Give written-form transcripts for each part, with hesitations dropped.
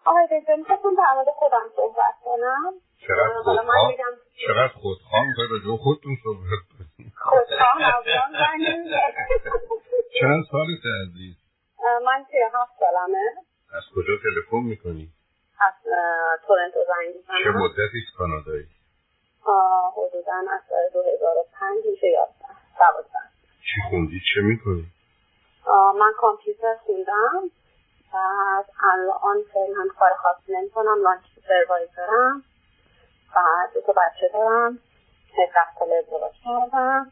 آقای دکتر میخواستم در مورد خودم صحبت کنم. چقدر خودخواه میخوای راجع به خودتون صحبت کنیم؟ خودخواه نبودم چند سالته عزیز؟ من 37 سالمه. از کجا تلفن میکنی؟ از تورنتو زنگ میزنم. چه مدتی از کانادایی؟ حدوداً از سال 2005 میشه 12. چی خوندی؟ چه میکنی؟ من کامپیوتر خوندم. بعد الان فعلا کار خاصی نمی‌کنم، لانچ سوپروایزرم. بعد 2 بچه دارم، 17 ساله ازدواج کردم.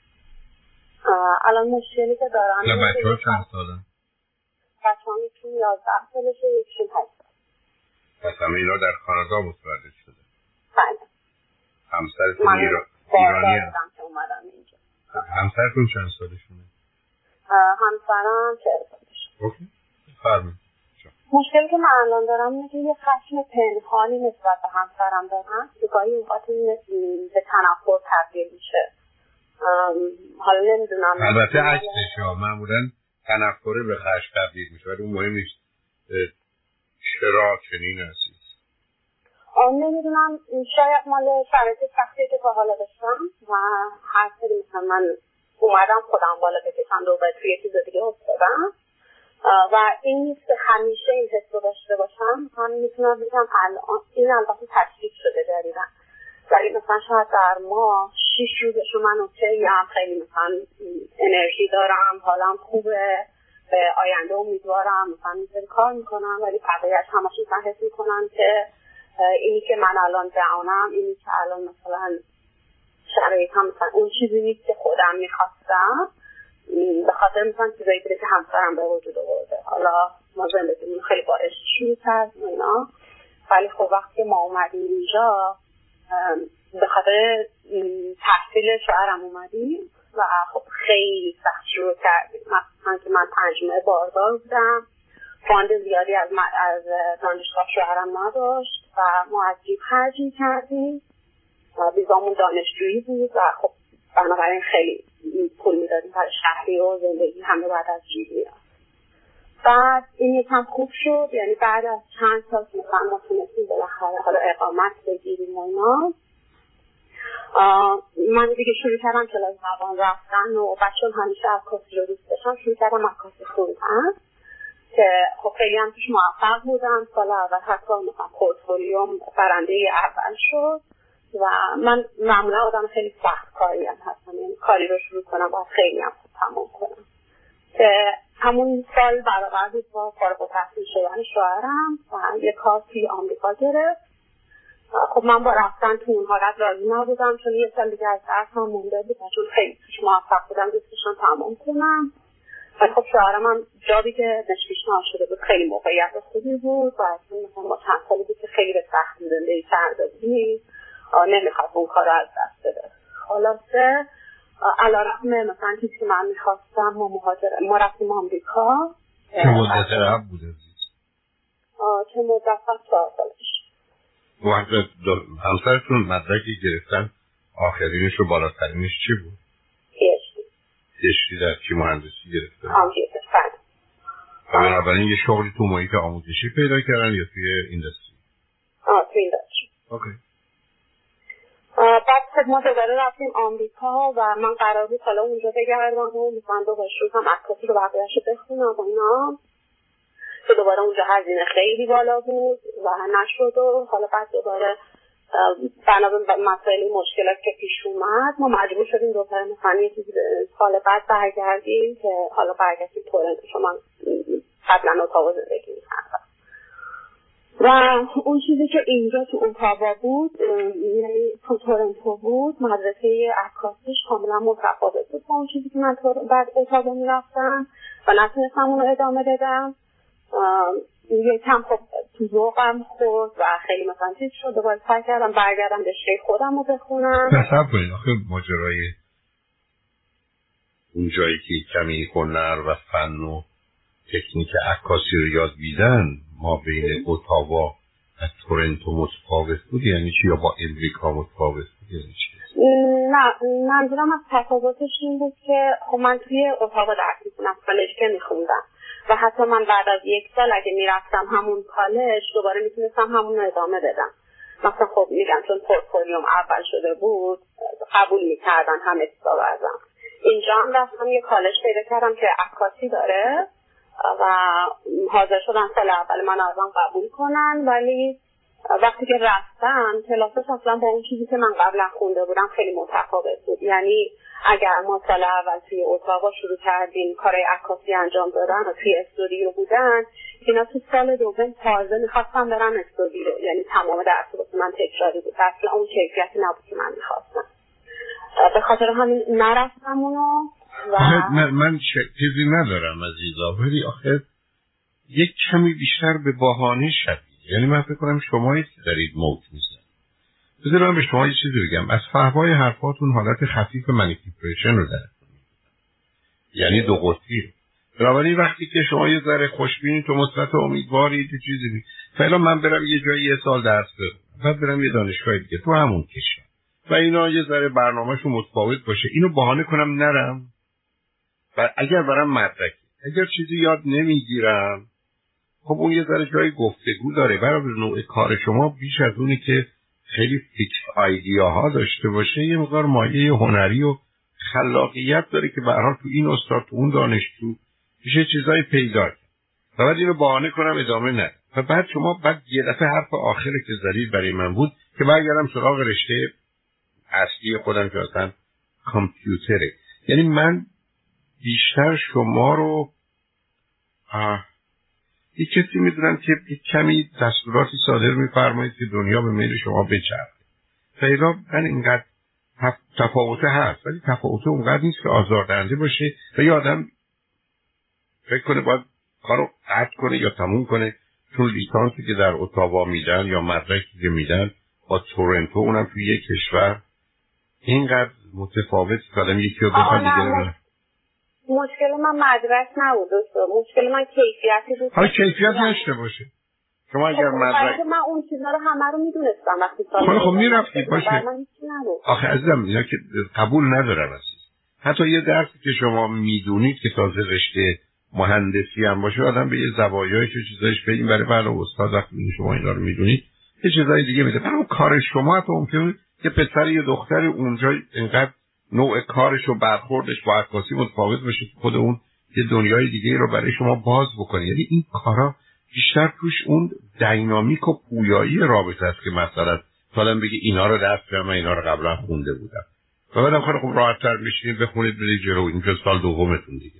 الان مشکلی که دارم نه بچه‌ها چند ساله؟ بچه‌ها یکی 11 سالشه، یکی 8 ساله. پس همه اینا در کانادا متولد شده؟ بله. همسرتون ایرانی هست؟ که اومدم اینجا. همسرتون چند سالشونه؟ همسرم 40 سالشه. اوکی. فرمایید. مشکلی که من الان دارم اینه که یه خشم پنهانی نسبت به همسرم دارم که گاهی اوقات به تنفر تبدیل میشه. حالا نمیدونم. البته عکسش معمولا تنفر به خشم تبدیل میشه ولی اون مهم نیست. چرا چنین هستی؟ نمیدونم، شاید مال شرایط سختی که تا حالا داشتم و هر سری مثلا من اومدم خودم بالا بکشم دوباره توی یه چیز دیگه افتادم و این نیست که همیشه این حس رو داشته باشم. من میتونم بگم الان این البته تشدید شده جدیدن، ولی مثلا شاید در ماه 6 روزشو من اوکیم، خیلی مثلا انرژی دارم، حالم خوبه، به آینده امیدوارم، مثلا میتونم کار میکنم، ولی بقیه‌اش همشون حس میکنن که اینی که من الان دعونم، اینی که الان مثلا شرایطم مثلا اون چیزی نیست که خودم میخواستم، به خاطر مثلا چیزایی که همسرم به وجود آورده. حالا ما زندگیمون خیلی با عشق شروع کردیم اینا، ولی خب وقتی ما اومدیم اینجا به خاطر تحصیل شوهرم اومدیم و خب خیلی سخت شروع کردیم. مثلا که من 5 ماه باردار بودم، فاند زیادی از دانشگاه شوهرم نداشت و ما از جیب خرج می‌کردیم و ویزامون دانشجویی بود و خب بنابراین خیلی پول میدادیم برای شهری و زندگی همه بعد از جیب میاد. بعد این یکم خوب شد، یعنی بعد از چند سال مثلا ما تونستیم بالاخره حالا اقامت بگیریم و اینا. من دیگه شروع کردم کلاس زبان رفتن و بچه‌ها همیشه عکاسی رو دوست داشتن، شروع کردم عکاسی خوندن که خب خیلی هم توش موفق بودم. سال اول حتی مثلا پورتفولیوم برنده اول شد و من معمولا آدم خیلی سخت کاری هم هستم، یعنی کاری رو شروع کنم باید خیلی هم تمام کنم که همون سال برابر بود با فارغ التحصیل شدن شوهرم و یه کار توی آمریکا گرفت. خب من با رفتن تو اون حالت راضی نبودم چون یه سال دیگه از درسم مونده بود و چون خیلی توش موفق بودم دوست داشتم تمام کنم. ولی خب شوهرم هم جابی که بهش پیشنهاد شده بود خیلی موقعیت خوبی بود و اصلا مثلا با چند سالی بود که خیلی به سختی زندگی کرده بودیم، نمیخواد اون کار رو از دست بده. خلاصه علیرغم مثلا چیزی که من میخواستم ما رفتیم آمریکا. چه مدت قبل بود عزیز؟ چه مدت 4 سالش. وقت همسرتون مدرکی گرفتن آخرینش و بالاترینش چی بود؟ PhD در چی مهندسی گرفتن؟ کامپیوتر ساینس. بنابراین یه شغلی تو محیط آموزشی پیدا کردن یا توی اینداستری؟ توی اینداستری. اوکی. بعد ما دوباره رفتیم آمریکا و من قرار بود حالا اونجا بگردم و مثلا دوباره شروع کنم عکاسی رو بقیه‌اشو بخونم و اینا که دوباره اونجا هزینه خیلی بالا بود و نشد و حالا بعد دوباره بنابراین مسائل مشکلات که پیش اومد ما مجبور شدیم دوباره مثلا یه چیزی سال بعد برگردیم که حالا برگردیم تورنتو چون من قبلا اتاوا زندگی می‌کردم و اون چیزی که اینجا تو اتاوا بود یعنی تو تورنتو بود مدرسه عکاسیش کاملا متفاوت بود با اون چیزی که من بعد اتاوا میرفتم و نتونستم اون رو ادامه بدم. یکم خب تو ذوقم خورد و خیلی مثلا چیز شد دوباره سعی کردم برگردم رشته خودم رو بخونم. تصور کنید آخه ماجرای اون جایی که کمی هنر و فن و تکنیک عکاسی رو یاد میدن ما بین اتاوا و تورنتو متفاوت بود یعنی چی یا با امریکا متفاوت بود یعنی چی؟ نه منظورم از تفاوتش این بود که خب من توی اتاوا درس می‌خوندم کالج که می‌خوندم و حتی من بعد از 1 سال اگه میرفتم همون کالج دوباره میتونستم همون رو ادامه بدم. مثلا خب میگم چون پورتفولیوم اول شده بود قبول میکردن همه چیزا ازم. اینجا هم رفتم یه کالج پیدا کردم که عکاسی داره و حاضر شدن سال اول من ازم قبول کنن، ولی وقتی که رفتم کلاسش اصلا با اون چیزی که من قبلا خونده بودم خیلی متفاوت بود. یعنی اگر ما سال اول توی اتاقا شروع کردیم کارهای عکاسی انجام دادن و توی استودیو بودن، اینا تو سال دوم تازه میخواستم برم استودیو، یعنی تمام درس من تکراری بود، اصلا اون کیفیتی نبود که من میخواستم. به خاطر همین نرفتم اونو و من چیزی ندارم عزیزا، ولی آخر یک کمی بیشتر به بهانه شدید. یعنی من فکر کنم شمایی که دارید موت میزنید. بذار من به شما یه چیزی بگم. از فحوای حرفاتون حالت خفیف منیپولیشن رو داره، یعنی دو قطبی. بنابراین وقتی که شما یه ذره خوشبینید و مثبت و امیدوارید چیزی بید، فعلا من برم یه جایی 1 سال درس بدم، بعد برم یه دانشگاه دیگه تو همون کشور و اینا یه ذره برنامه‌شون متفاوت باشه، اینو بهانه کنم نرم. و اگر برام مدرک، اگر چیزی یاد نمیگیرم، خب اون یه ذره جای گفتگو داره. برای نوع کار شما بیش از اونی که خیلی فیکس ایدیاها داشته باشه، یه مقدار مایه هنری و خلاقیت داره که به هر حال تو این استاد تو اون دانشجو میشه چیزای پیدا کرد. و بعد اینو بهانه کنم ادامه نه. و بعد شما یه دفعه حرف آخری که زدید برای من بود که برگردم سراغ رشته اصلی خودم که اصلا کامپیوتره. یعنی من بیشتر شما رو یک کسی میدونم که یک کمی دستوراتی صادر میفرمایید که دنیا به میل شما بچرخه. فعلا من اینقدر تفاوته هست، ولی تفاوته اونقدر نیست که آزاردهنده باشه و یه آدم فکر کنه باید کارو قطع کنه یا تموم کنه، چون لیسانسی که در اتاوا میدن یا مدرکی که میدن با تورنتو، اونم توی یک کشور اینقدر متفاوت کردم یکی رو بخواد دیگه. مشکل من مدرک نبود دوست، مشکل من کیفیتی بود. حالا کیفیت نشته باشه، شما اگر مدرک من اون چیزا رو همه رو میدونستم وقتی سال خب میرفتید باشه. آخه عزیزم اینا که قبول ندارن عزیز. حتی یه درسی که شما میدونید که تازه رشته مهندسی هم باشه، آدم به یه زوایایش و چیزایش بگیم برای بعد استاد وقتی شما اینا رو میدونید یه چیزای دیگه میده. اما کار شما تو ممکنه که پسر یا دختر اونجا اینقدر نوع کارش و برخوردش با عکاسی متفاوت باشه که خود اون یه دنیای دیگه رو برای شما باز بکنه. یعنی این کارا بیشتر توش اون دینامیک و پویایی رابطه است که مثلا مثلا بگی اینا رو درس کردم، اینا رو قبلا خونده بودم و بعدم خب راحت‌تر میشینید بخونید برید جلو. اینجا سال دومتون دیگه.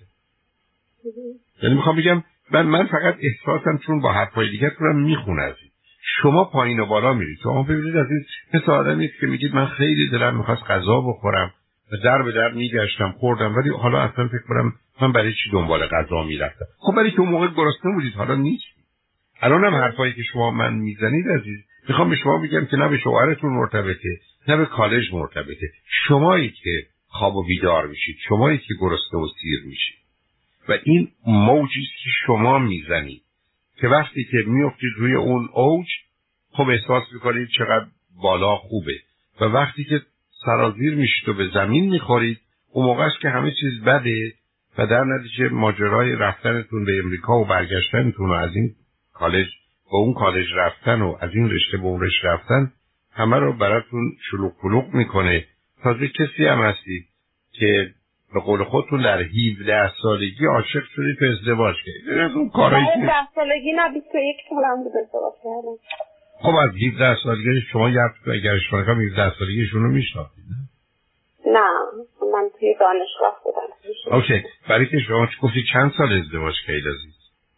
یعنی میخوام بگم من فقط احساسم چون با حرفای دیگه رو میخونه. شما پایین و بالا میرید. شما ببینید از این مثل آدمی است که میگید من خیلی دلم میخواست غذا بخورم و در به در میگشتم خوردم، ولی حالا اصلا فکر کنم من برای چی دنبال غذا میرفتم. خب برای که اون موقع گرسنه بودید، حالا نیست. الانم حرفایی که شما من میزنید عزیز، میخوام به شما بگم که نه به شوهرتون مرتبطه نه به کالج مرتبطه. شمایی که خواب و بیدار میشید، شمایی که گرسنه و سیر میشید و این موجی که شما میزنید که وقتی که میافتید روی اون اوج خب احساس میکنید چقدر بالا خوبه و وقتی که سرازیر میشید و به زمین میخورید اون موقع است که همه چیز بده و در نتیجه ماجرای رفتنتون به امریکا و برگشتنتون و از این کالج با اون کالج رفتن و از این رشته به اون رشته رفتن همه رو براتون شلوغ پلوغ میکنه. تازه کسی هم هستید که به قول خودتون در 17 سالگی عاشق شدید و ازدواج کردید. از اون کارایی که 10 سالگی نه 21 سالم بود ازدواج کردم. خب از 17 سالگی شما اگر شما کنم 17 سالگیشون رو میشناختید نه من توی دانشگاه بودم. اوکی. برای که شما گفتی چند سال ازدواج کردید عزیز؟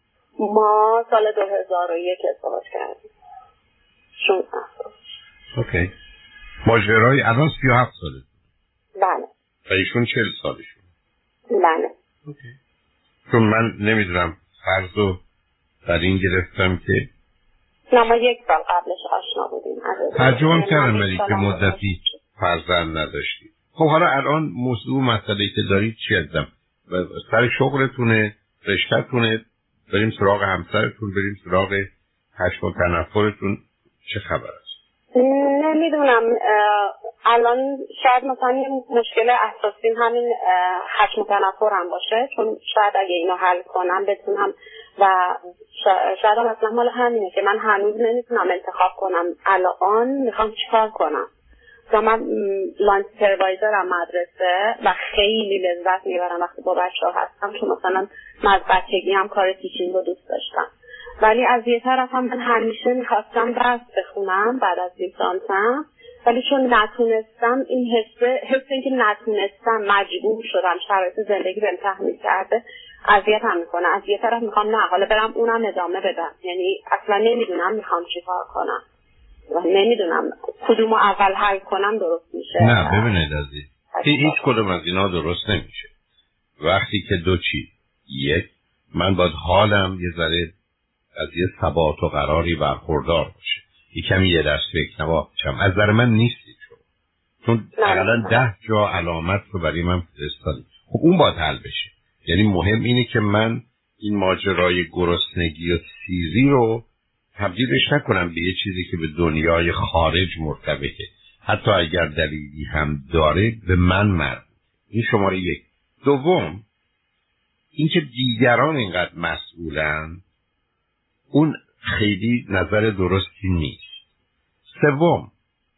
ما سال 2001 ازدواج کردیم. 16 سال. اوکی. ماجرای الان 37 ساله. بله. و ایشون 40 سالشون. بله. اوکی. چون من نمیدونم فرضو در این گرفتم که نه ما 1 سال قبلش آشنا بودیم. ترجمه کردم ولی که مدتی فرزند نداشتید. خب حالا الان موضوع مسئله‌ای که دارید چی هستم؟ سر شغلتونه، رشته‌تونه، بریم سراغ همسرتون، بریم سراغ کشف و تنفرتون، چه خبر است؟ نمیدونم، الان شاید مثلا یه مشکل اساسی همین خشم و تنفرم باشه، چون شاید اگه اینو حل کنم بتونم و شاید مثلا مال همینه که من هنوز نمیتونم انتخاب کنم الان میخوام چیکار کنم. من لانچ سروایزرم مدرسه و خیلی لذت میبرم وقتی با بچه ها هستم، چون مثلا من از بچگی هم کار تیچینگ رو دوست داشتم. ولی از یه طرف هم من همیشه میخواستم درس بخونم بعد از لیسانسم، ولی چون نتونستم این حس اینکه نتونستم مجبور شدم شرایط زندگی بهم تحمیل کرده اذیتم میکنه. از یه طرف میخوام نه حالا برم اونم ادامه بدم، یعنی اصلا نمیدونم میخوام چی کار کنم و نمیدونم کدومو اول حل کنم درست میشه. نه ببینید عزیز، هیچ کدوم از اینا درست نمیشه. وقتی که دو چیز، یک من باید حالم یه ذره از یه ثبات و قراری برخوردار باشه، کمی یه دست فکر نباشم. از نظر من نیستید چون حداقل 10 جا علامت رو برای من فرستادید. خب اون باید حل بشه. یعنی مهم اینه که من این ماجرای گرسنگی و سیری رو تبدیلش نکنم به یه چیزی که به دنیای خارج مرتبطه، حتی اگر دلیلی هم داره به من مربوط. این شماره یک. دوم اینکه دیگران اینقدر مسئولن، اون خیلی نظر درستی نیست. سوم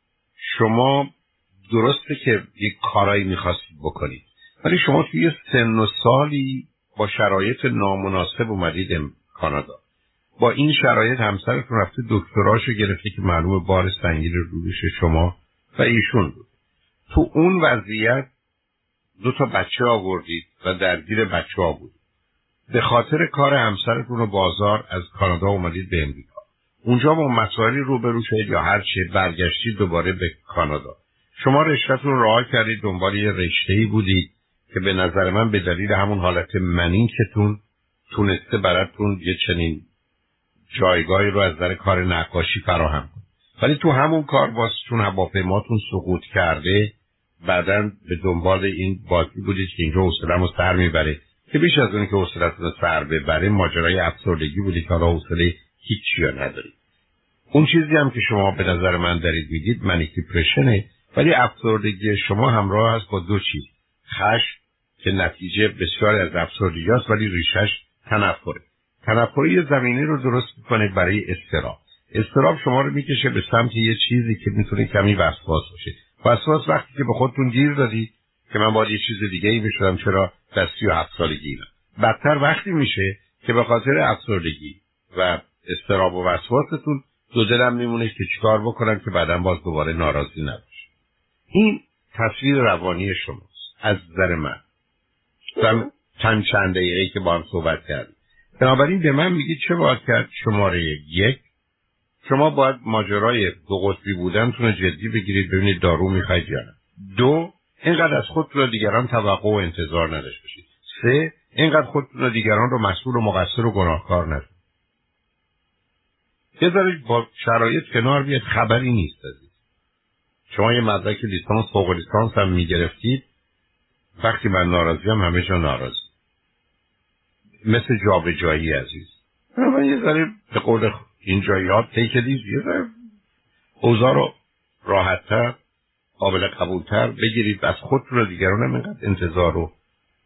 شما درسته که یک کارایی میخواستید بکنید، ولی شما توی سن و سالی با شرایط نامناسب اومدید کانادا. با این شرایط همسرتون رفته دکتراشو گرفته که معلومه بار سنگین رو دوش شما و ایشون بود. تو اون وضعیت 2 بچه آوردید و درگیر بچه ها بود. به خاطر کار همسرتون و بازار از کانادا اومدید به امریکا. اونجا با مسائلی روبرو شدید یا هر چه برگشتید دوباره به کانادا. شما رشته‌تون رها کردید، دنبال یه رشته‌ای بودید که به نظر من به دلیل همون حالت منیکتون تونسته براتون یه چنین جایگاهی رو از نظر کار نقاشی فراهم کنه. ولی تو همون کار چون هواپیماتون سقوط کرده، بعداً به دنبال این بازی بودید که اینجا حوصله‌مو سر میبره، که بیش از اونی که حوصله‌تون رو سر ببره ماجرای افسردگی بودی که حالا حوصله هیچی رو ندارید. اون چیزی هم که شما به نظر من دارید میگید منیک دیپرشنه، ولی افسردگی شما همراه هست با 2 چیز. خشم که نتیجه بسیاری از افسردگی است، ولی ریشش تنفره. تنفر یه زمینه رو درست میکنه برای اضطراب. اضطراب شما رو میکشه به سمت یه چیزی که میتونه کمی وسواس باشه. وسواس وقتی که به خودتون گیر دادید که من باید یه چیز دیگه ای بشدم، چرا در 37 سالگی بدتر وقتی میشه که به خاطر افسردگی و اضطراب و وسواستون 2 دلم میمونه که چیکار بکنم که بعداً باز دوباره ناراضی نباشه. این تصویر روانی شماست از نظر من. چند دقیقه‌ای که با هم صحبت کردیم. بنابراین به من میگید چه باید کرد؟ شماره 1 شما باید ماجرای 2 قطبی بودنتون رو جدی بگیرید، ببینید دارو میخواید یا نه. 2 اینقدر از خودتون و دیگران توقع و انتظار نداشته باشید. 3 اینقدر خودتون و دیگران رو مسئول و مقصر و گناهکار ندید. یه ذره با شرایط کنار بیاد، خبری نیست عزیز. شما یه مدرک لیسانس فوق لیسانس هم میگرفتید، وقتی من ناراضیم همه جا ناراضی، مثل جابجایی عزیز. من یه ذره به قول اینجا یاد تیکدیز یه ذره اوضاع رو راحت‌تر قابل قبولتر بگیرید، از خودتون و دیگران هم اینقدر انتظار و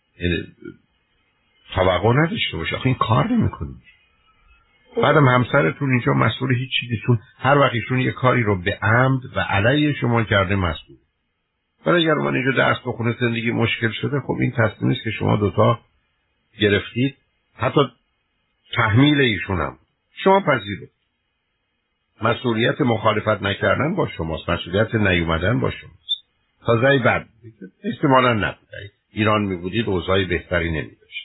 توقع نداشته باشه. آخه این کار نمی‌کنید. بعدم همسرتون اینجا مسئول هیچ چیزی، چون هر وقت ایشون یه کاری رو به عمد و علیه شما کرده مسئول. ولی اگر من اینجا درس بخونه زندگی مشکل شده، خب این تصمیمی است که شما 2 گرفتید، حتی تحمیل ایشون هم شما پذیرید. مسئولیت مخالفت نکردن با شماست، مسئولیت نیومدن با شماست. تازه بعد احتمالاً نبود ایران میبودید اوضاع بهتری نمیداشت.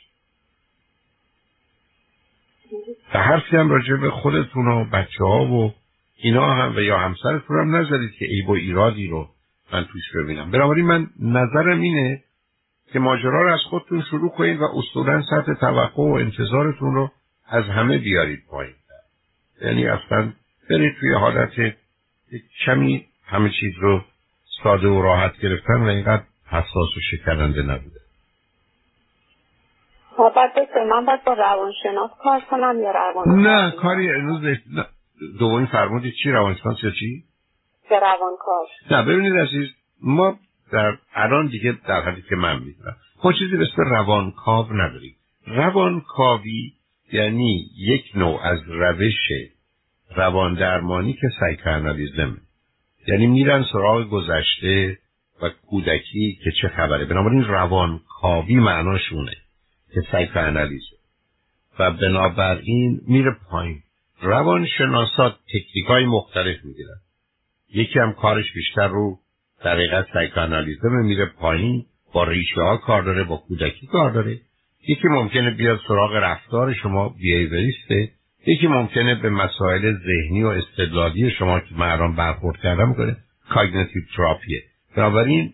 و حرفی هم راجع به خودتون و بچه ها و اینا هم و یا همسرتون هم نذارید که عیب و ایرادی رو من توش ببینم. بنابراین من نظرم اینه که ماجرا رو از خودتون شروع کنید و اصولاً سطح توقع و انتظارتون رو از همه بیارید پایین. یعنی اصلا برید توی حالت کمی همه چیز رو ساده و راحت گرفتن و اینقدر حساس و شکننده نبوده. من باید با روانشناس کار کنم یا روانشناس؟ نه کاری امروز دومین فرمودید چی؟ روانشناس یا چی؟ به روانکاو؟ نه ببینید عزیز، ما در الان دیگه در حالی که من میدونم ما چیزی به اسم روانکاو نداریم. روانکاوی یعنی یک نوع از روش روان درمانی که سایکوآنالیزمه، یعنی میرن سراغ گذشته و کودکی که چه خبره. بنابراین روانکاوی معناشونه که سایکوآنالیزه و بنابراین میره پایین. روانشناسا تکنیکای مختلف میگیرن، یکی هم کارش بیشتر رو در حقیقت سایکوآنالیزم میره پایین، با ریشه ها کار داره، با کودکی کار داره. یکی ممکنه بیاد سراغ رفتار شما بیهیوریسته، یکی ممکنه به مسائل ذهنی و استدلالی شما که من الان برخورد کردم کنه، کاگنیتیو تراپیه. بنابراین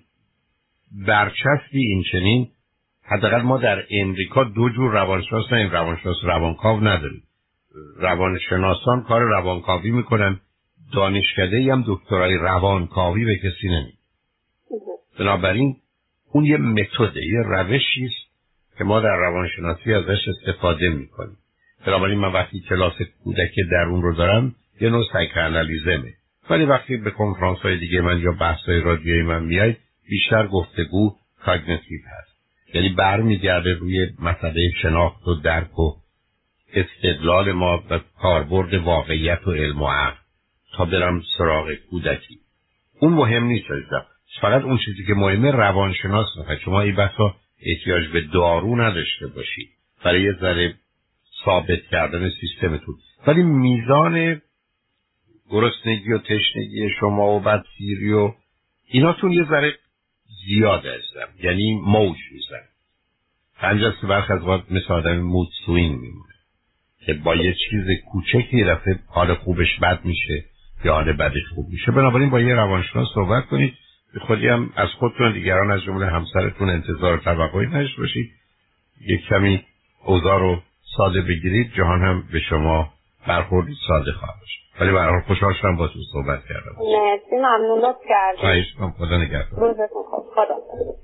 برچسبی این چنین، حداقل ما در امریکا دو جور روانشناس داریم، روانشناس روانکاو نداریم. روانشناسان کار روانکاوی میکنن، دانشکده‌ای هم دکترای روانکاوی به کسی نمیده. بنابراین اون یه متده، یه روشی است که ما در روانشناسی ازش استفاده میکنیم. بنابراین من وقتی کلاس کودک درون رو دارم یه نوع سایکوآنالیزمه، ولی وقتی به کنفرانس‌های دیگه من یا بحث‌های رادیویی من میای بیشتر گفتگو کاگنیتیو هست، یعنی برمیگرده روی مسئله شناخت و درک و استدلال ما و کاربرد واقعیت و علم و عقل تا برم سراغ کودکی. اون مهم نیست عزیزم، فقط اون چیزی که مهمه روانشناس میخواد. شما این بحثا احتیاج به دارو نداشته باشید برای یه ذره ثابت کردن سیستمتون، ولی میزان گرسنگی و تشنگی شما و بدسیری و ایناتون یه ذره زیاد عزیزم، یعنی موج میزن. همجاست که برخ از وقت مثل آدم مود سوینگ میمونه که با یه چیز کوچکی رفته حال خوبش بد میشه یا حال بدش خوب میشه. بنابراین با یه روانشناس صحبت کنید، خودی هم از خودتون دیگران از جمله همسرتون انتظار توقعی نداشته باشید، یک کمی اوضاع رو ساده بگیرید، جهان هم به شما برخوردی ساده خواهد شد. ولی به هر حال خوشحال شدم با تو صحبت کردم. مرسی، ممنونت کردم. خواهش می‌کنم، خدا نگهدار. روزتون خوش. خدا.